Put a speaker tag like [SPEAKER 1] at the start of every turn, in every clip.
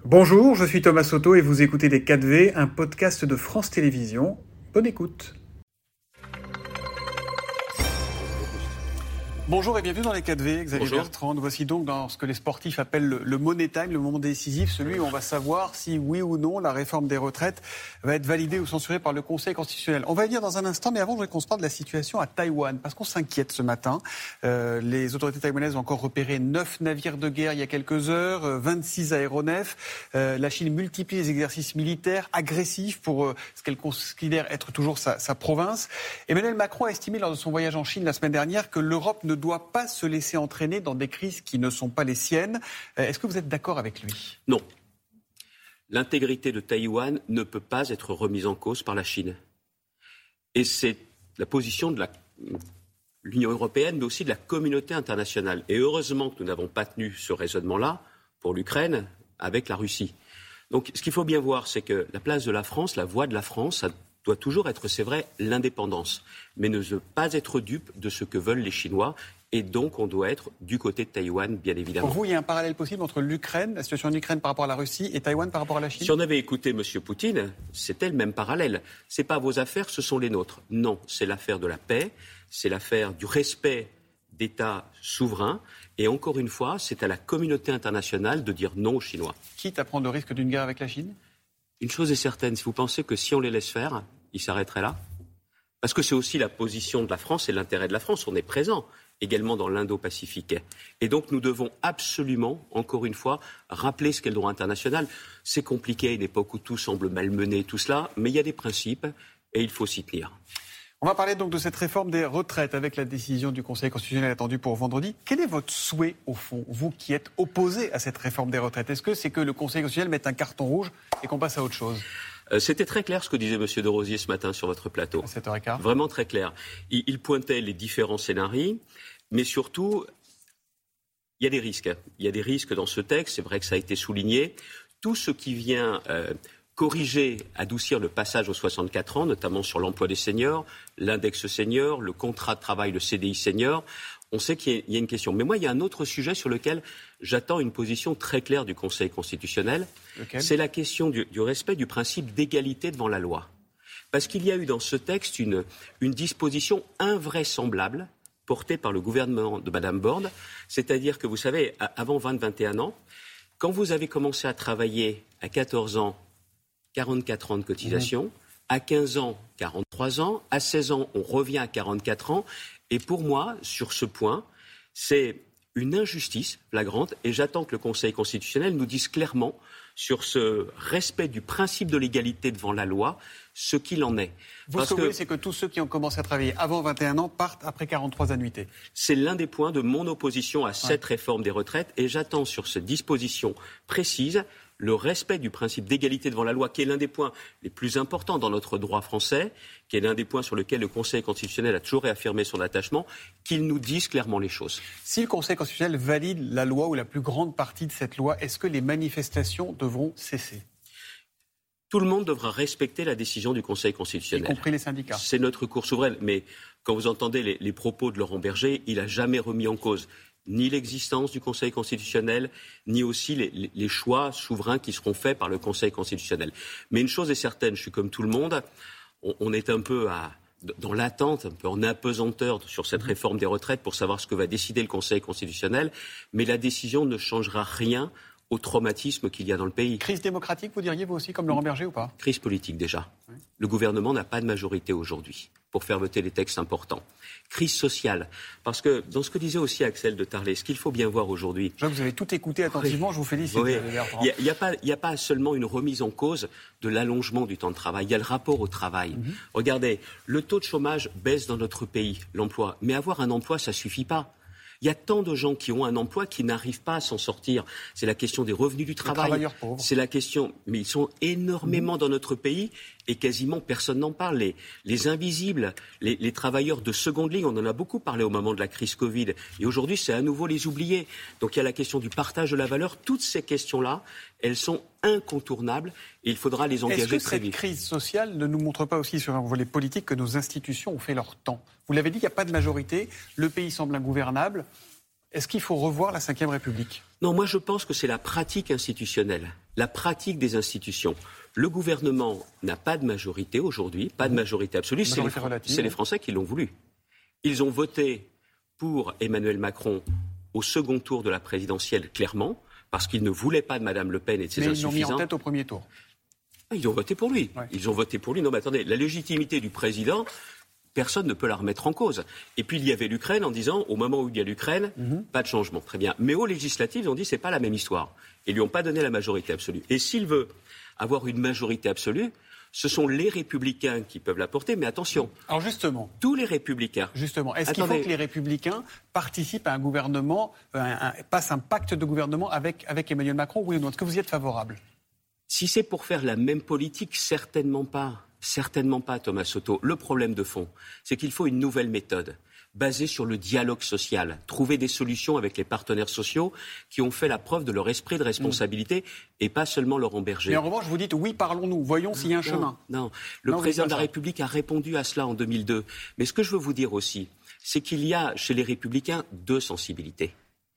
[SPEAKER 1] Bonjour, je suis Thomas Soto et vous écoutez Les 4V, un podcast de France Télévisions. Bonne écoute. Bonjour et bienvenue dans Les 4V, Xavier Bertrand. Nous voici donc dans ce que les sportifs appellent le Money Time, le moment décisif, celui où on va savoir si oui ou non la réforme des retraites va être validée ou censurée par le Conseil constitutionnel. On va y venir dans un instant, mais avant, je voudrais qu'on se parle de la situation à Taïwan, parce qu'on s'inquiète ce matin. Les autorités taïwanaises ont encore repéré 9 navires de guerre il y a quelques heures, 26 aéronefs. La Chine multiplie les exercices militaires agressifs pour ce qu'elle considère être toujours sa province. Emmanuel Macron a estimé lors de son voyage en Chine la semaine dernière que l'Europe ne doit pas se laisser entraîner dans des crises qui ne sont pas les siennes. Est-ce que vous êtes d'accord avec lui ?
[SPEAKER 2] Non. L'intégrité de Taïwan ne peut pas être remise en cause par la Chine. Et c'est la position de l'Union européenne, mais aussi de la communauté internationale. Et heureusement que nous n'avons pas tenu ce raisonnement-là pour l'Ukraine avec la Russie. Donc ce qu'il faut bien voir, c'est que la place de la France, la voix de la France, ça doit toujours être, c'est vrai, l'indépendance, mais ne pas être dupe de ce que veulent les Chinois. Et donc, on doit être du côté de Taïwan, bien évidemment.
[SPEAKER 1] Pour vous, il y a un parallèle possible entre l'Ukraine, la situation en Ukraine par rapport à la Russie, et Taïwan par rapport à la Chine ?
[SPEAKER 2] Si on avait écouté M. Poutine, c'était le même parallèle. Ce n'est pas vos affaires, ce sont les nôtres. Non, c'est l'affaire de la paix, c'est l'affaire du respect d'États souverains. Et encore une fois, c'est à la communauté internationale de dire non aux Chinois.
[SPEAKER 1] Quitte à prendre le risque d'une guerre avec la Chine ?
[SPEAKER 2] Une chose est certaine, si vous pensez que si on les laisse faire, ils s'arrêteraient là ? Parce que c'est aussi la position de la France et l'intérêt de la France. On est présent également dans l'Indo-Pacifique. Et donc nous devons absolument, encore une fois, rappeler ce qu'est le droit international. C'est compliqué à une époque où tout semble malmené, tout cela, mais il y a des principes et il faut s'y tenir.
[SPEAKER 1] On va parler donc de cette réforme des retraites avec la décision du Conseil constitutionnel attendue pour vendredi. Quel est votre souhait, au fond, vous qui êtes opposé à cette réforme des retraites ? Est-ce que c'est que le Conseil constitutionnel mette un carton rouge et qu'on passe à autre chose ?
[SPEAKER 2] C'était très clair ce que disait M. de Rosier ce matin sur votre plateau.
[SPEAKER 1] À 7h15.
[SPEAKER 2] Vraiment très clair. Il pointait les différents scénarios, mais surtout, il y a des risques. Il y a des risques dans ce texte, c'est vrai que ça a été souligné. Tout ce qui vient corriger, adoucir le passage aux 64 ans, notamment sur l'emploi des seniors, l'index senior, le contrat de travail, le CDI senior, on sait qu'il y a une question. Mais moi, il y a un autre sujet sur lequel j'attends une position très claire du Conseil constitutionnel.
[SPEAKER 1] Lequel ? C'est
[SPEAKER 2] la question du respect du principe d'égalité devant la loi. Parce qu'il y a eu dans ce texte une disposition invraisemblable portée par le gouvernement de Mme Borne. C'est-à-dire que, vous savez, avant 20-21 ans, quand vous avez commencé à travailler à 14 ans, 44 ans de cotisation, à 15 ans, 43 ans, à 16 ans, on revient à 44 ans. Et pour moi, sur ce point, c'est une injustice flagrante et j'attends que le Conseil constitutionnel nous dise clairement sur ce respect du principe de l'égalité devant la loi, ce qu'il en est.
[SPEAKER 1] Vous, ce que vous voulez, c'est que tous ceux qui ont commencé à travailler avant 21 ans partent après 43 annuités.
[SPEAKER 2] C'est l'un des points de mon opposition à cette réforme des retraites et j'attends sur cette disposition précise le respect du principe d'égalité devant la loi, qui est l'un des points les plus importants dans notre droit français, qui est l'un des points sur lesquels le Conseil constitutionnel a toujours réaffirmé son attachement, qu'il nous dise clairement les choses.
[SPEAKER 1] Si le Conseil constitutionnel valide la loi ou la plus grande partie de cette loi, est-ce que les manifestations devront cesser ?
[SPEAKER 2] Tout le monde devra respecter la décision du Conseil constitutionnel.
[SPEAKER 1] Y compris les syndicats.
[SPEAKER 2] C'est notre cour souveraine. Mais quand vous entendez les propos de Laurent Berger, il n'a jamais remis en cause ni l'existence du Conseil constitutionnel, ni aussi les choix souverains qui seront faits par le Conseil constitutionnel. Mais une chose est certaine, je suis comme tout le monde, on est un peu dans l'attente, un peu en apesanteur sur cette réforme des retraites pour savoir ce que va décider le Conseil constitutionnel, mais la décision ne changera rien au traumatisme qu'il y a dans le pays.
[SPEAKER 1] Crise démocratique, vous diriez, vous aussi, comme Laurent Berger, ou pas ?
[SPEAKER 2] Crise politique, déjà. Oui. Le gouvernement n'a pas de majorité aujourd'hui pour faire voter les textes importants. Crise sociale, parce que dans ce que disait aussi Axel de Tarlé, ce qu'il faut bien voir aujourd'hui...
[SPEAKER 1] Je vois que vous avez tout écouté attentivement, je vous félicite.
[SPEAKER 2] Oui. Il n'y a pas seulement une remise en cause de l'allongement du temps de travail, il y a le rapport au travail. Regardez, le taux de chômage baisse dans notre pays, l'emploi, mais avoir un emploi, ça ne suffit pas. Il y a tant de gens qui ont un emploi qui n'arrivent pas à s'en sortir. C'est la question des revenus du travail.
[SPEAKER 1] Les travailleurs pauvres.
[SPEAKER 2] C'est la question, mais ils sont énormément dans notre pays et quasiment personne n'en parle. Les invisibles, les travailleurs de seconde ligne, on en a beaucoup parlé au moment de la crise Covid. Et aujourd'hui, c'est à nouveau les oubliés. Donc il y a la question du partage de la valeur. Toutes ces questions-là, elles sont incontournables et il faudra les engager très vite.
[SPEAKER 1] Est-ce que cette crise sociale ne nous montre pas aussi sur un volet politique que nos institutions ont fait leur temps ? Vous l'avez dit, il n'y a pas de majorité, le pays semble ingouvernable. Est-ce qu'il faut revoir la Ve République ?
[SPEAKER 2] Non, moi je pense que c'est la pratique institutionnelle, la pratique des institutions. Le gouvernement n'a pas de majorité aujourd'hui, pas de majorité absolue, c'est les Français qui l'ont voulu. Ils ont voté pour Emmanuel Macron au second tour de la présidentielle, clairement, parce qu'ils ne voulaient pas de Mme Le Pen et de ses insuffisants.
[SPEAKER 1] Mais ils l'ont mis en tête au premier tour.
[SPEAKER 2] Ils ont voté pour lui. Ouais. Ils ont voté pour lui. Non mais attendez, la légitimité du président... Personne ne peut la remettre en cause. Et puis il y avait l'Ukraine en disant, au moment où il y a l'Ukraine, pas de changement. Très bien. Mais aux législatives, ils ont dit, c'est pas la même histoire. Ils lui ont pas donné la majorité absolue. Et s'il veut avoir une majorité absolue, ce sont les Républicains qui peuvent l'apporter. Mais attention.
[SPEAKER 1] Alors justement.
[SPEAKER 2] Tous les Républicains.
[SPEAKER 1] Justement. Est-ce qu'il faut que les Républicains participent à un gouvernement, passent un pacte de gouvernement avec Emmanuel Macron, oui ou non ? Est-ce que vous y êtes favorable ?
[SPEAKER 2] Si c'est pour faire la même politique, certainement pas. Certainement pas, Thomas Soto. Le problème de fond, c'est qu'il faut une nouvelle méthode, basée sur le dialogue social, trouver des solutions avec les partenaires sociaux qui ont fait la preuve de leur esprit de responsabilité et pas seulement Laurent Berger.
[SPEAKER 1] Mais en revanche, vous dites, oui, parlons-nous, voyons s'il y a un chemin.
[SPEAKER 2] Non, le président de la République a répondu à cela en 2002. Mais ce que je veux vous dire aussi, c'est qu'il y a chez les Républicains deux sensibilités.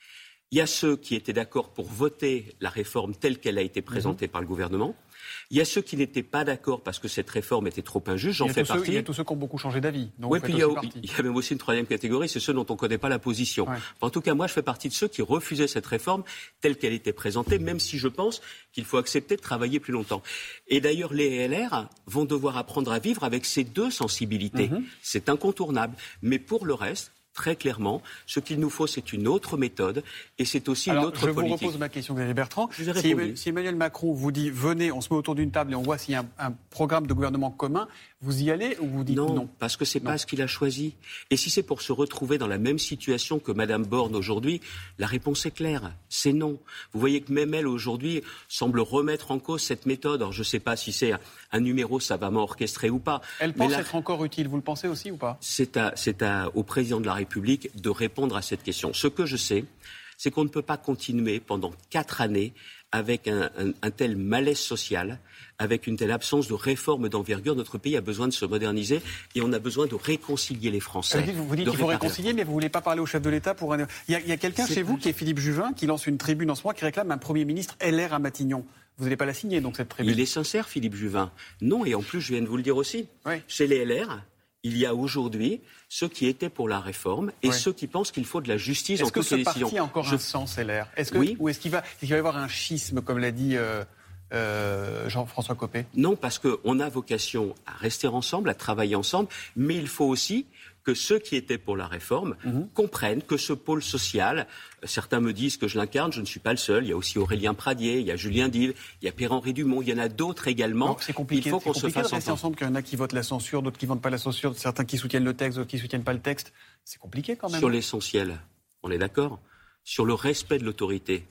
[SPEAKER 2] Il y a ceux qui étaient d'accord pour voter la réforme telle qu'elle a été présentée par le gouvernement. Il y a ceux qui n'étaient pas d'accord parce que cette réforme était trop injuste, j'en fais partie.
[SPEAKER 1] Il y a tous ceux qui ont beaucoup changé d'avis.
[SPEAKER 2] Oui, puis il y a même aussi une troisième catégorie, c'est ceux dont on ne connaît pas la position. Ouais. En tout cas, moi, je fais partie de ceux qui refusaient cette réforme telle qu'elle était présentée, même si je pense qu'il faut accepter de travailler plus longtemps. Et d'ailleurs, les LR vont devoir apprendre à vivre avec ces deux sensibilités. C'est incontournable. Mais pour le reste, très clairement, ce qu'il nous faut, c'est une autre méthode et c'est aussi une autre politique.
[SPEAKER 1] Je vous repose ma question, Xavier Bertrand. Si Emmanuel Macron vous dit « venez, on se met autour d'une table et on voit s'il y a un programme de gouvernement commun », vous y allez ou vous dites non ?
[SPEAKER 2] Non, parce que ce n'est pas ce qu'il a choisi. Et si c'est pour se retrouver dans la même situation que Mme Borne aujourd'hui, la réponse est claire, c'est non. Vous voyez que même elle, aujourd'hui, semble remettre en cause cette méthode. Alors je ne sais pas si c'est un numéro savamment orchestré ou pas.
[SPEAKER 1] Elle pense être encore utile, vous le pensez aussi ou pas ?
[SPEAKER 2] C'est au président de la République de répondre à cette question. Ce que je sais, c'est qu'on ne peut pas continuer pendant 4 années avec un tel malaise social, avec une telle absence de réforme d'envergure. Notre pays a besoin de se moderniser et on a besoin de réconcilier les Français.
[SPEAKER 1] Vous dites qu'il faut réconcilier, mais vous ne voulez pas parler au chef de l'État pour un... Il y a quelqu'un chez vous qui est Philippe Juvin, qui lance une tribune en ce moment, qui réclame un Premier ministre LR à Matignon. Vous n'allez pas la signer, donc, cette tribune ?
[SPEAKER 2] Il est sincère, Philippe Juvin. Non, et en plus, je viens de vous le dire aussi. Oui. Chez les LR... Il y a aujourd'hui ceux qui étaient pour la réforme et ceux qui pensent qu'il faut de la justice dans toutes les décisions.
[SPEAKER 1] Est-ce que ce parti a encore un sens, LR ? Oui. Ou est-ce qu'il va y avoir un schisme, comme l'a dit Jean-François Copé ?
[SPEAKER 2] Non, parce qu'on a vocation à rester ensemble, à travailler ensemble, mais il faut aussi que ceux qui étaient pour la réforme comprennent que ce pôle social, certains me disent que je l'incarne, je ne suis pas le seul, il y a aussi Aurélien Pradier, il y a Julien Dive, il y a Pierre-Henri Dumont, il y en a d'autres également.
[SPEAKER 1] Alors, c'est compliqué, il faut qu'on se fasse ensemble, qu'il y en a qui votent la censure, d'autres qui ne votent pas la censure, certains qui soutiennent le texte, d'autres qui ne soutiennent pas le texte. C'est compliqué quand même.
[SPEAKER 2] Sur l'essentiel, on est d'accord ? Sur le respect de l'autorité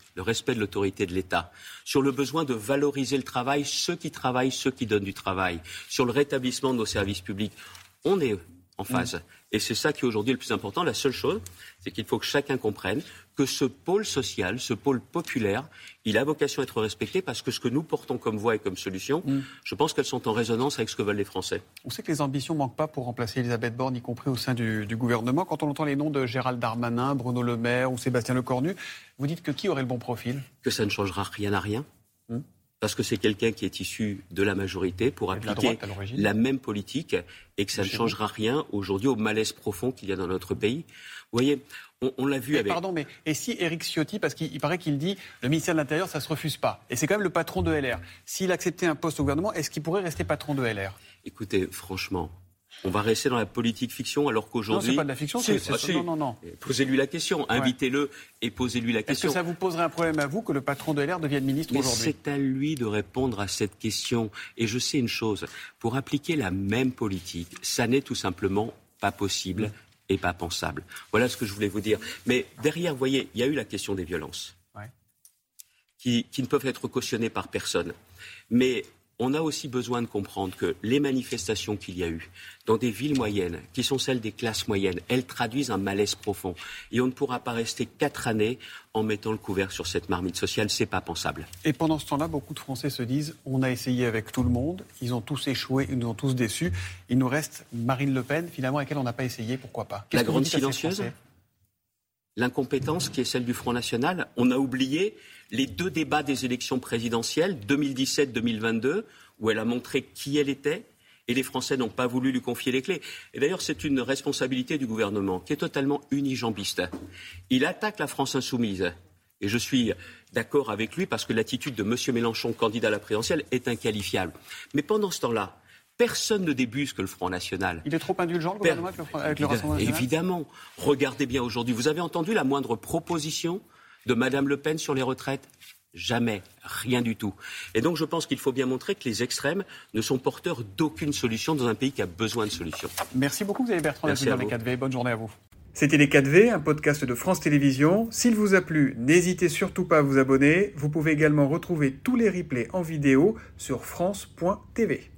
[SPEAKER 2] de l'État, sur le besoin de valoriser le travail, ceux qui travaillent, ceux qui donnent du travail, sur le rétablissement de nos services publics, on est en phase. Et c'est ça qui est aujourd'hui le plus important. La seule chose, c'est qu'il faut que chacun comprenne que ce pôle social, ce pôle populaire, il a vocation à être respecté parce que ce que nous portons comme voie et comme solution, je pense qu'elles sont en résonance avec ce que veulent les Français.
[SPEAKER 1] On sait que les ambitions ne manquent pas pour remplacer Elisabeth Borne, y compris au sein du gouvernement. Quand on entend les noms de Gérald Darmanin, Bruno Le Maire ou Sébastien Lecornu, vous dites que qui aurait le bon profil ?
[SPEAKER 2] Que ça ne changera rien à rien. Parce que c'est quelqu'un qui est issu de la majorité pour appliquer la même politique et que ça ne changera rien aujourd'hui au malaise profond qu'il y a dans notre pays. Vous voyez, on l'a vu avec...
[SPEAKER 1] Pardon, mais et si Éric Ciotti, parce qu'il paraît qu'il dit le ministère de l'Intérieur, ça ne se refuse pas. Et c'est quand même le patron de LR. S'il acceptait un poste au gouvernement, est-ce qu'il pourrait rester patron de LR ?
[SPEAKER 2] Écoutez, franchement... On va rester dans la politique fiction alors qu'aujourd'hui...
[SPEAKER 1] Non, c'est pas de la fiction, Non.
[SPEAKER 2] Posez-lui la question, invitez-le et posez-lui la question.
[SPEAKER 1] Est-ce que ça vous poserait un problème à vous que le patron de LR devienne ministre aujourd'hui ?
[SPEAKER 2] C'est à lui de répondre à cette question. Et je sais une chose, pour appliquer la même politique, ça n'est tout simplement pas possible et pas pensable. Voilà ce que je voulais vous dire. Mais derrière, vous voyez, il y a eu la question des violences qui ne peuvent être cautionnées par personne. Mais... on a aussi besoin de comprendre que les manifestations qu'il y a eu dans des villes moyennes, qui sont celles des classes moyennes, elles traduisent un malaise profond. Et on ne pourra pas rester 4 années en mettant le couvercle sur cette marmite sociale. C'est pas pensable.
[SPEAKER 1] Et pendant ce temps-là, beaucoup de Français se disent on a essayé avec tout le monde, ils ont tous échoué, ils nous ont tous déçus. Il nous reste Marine Le Pen, finalement, avec elle on n'a pas essayé, pourquoi pas ?
[SPEAKER 2] La grande silencieuse ? l'incompétence qui est celle du Front National. On a oublié les 2 débats des élections présidentielles, 2017-2022, où elle a montré qui elle était, et les Français n'ont pas voulu lui confier les clés. Et d'ailleurs, c'est une responsabilité du gouvernement qui est totalement unijambiste. Il attaque la France insoumise. Et je suis d'accord avec lui parce que l'attitude de M. Mélenchon, candidat à la présidentielle, est inqualifiable. Mais pendant ce temps-là, personne ne débusque le Front National.
[SPEAKER 1] Il est trop indulgent, le gouvernement, avec le Rassemblement national ?
[SPEAKER 2] Évidemment. Regardez bien aujourd'hui. Vous avez entendu la moindre proposition de Mme Le Pen sur les retraites ? Jamais. Rien du tout. Et donc, je pense qu'il faut bien montrer que les extrêmes ne sont porteurs d'aucune solution dans un pays qui a besoin de solutions.
[SPEAKER 1] Merci beaucoup, Xavier Bertrand, d'être venu dans les 4V. Bonne journée à vous. C'était Les 4V, un podcast de France Télévisions. S'il vous a plu, n'hésitez surtout pas à vous abonner. Vous pouvez également retrouver tous les replays en vidéo sur France.tv.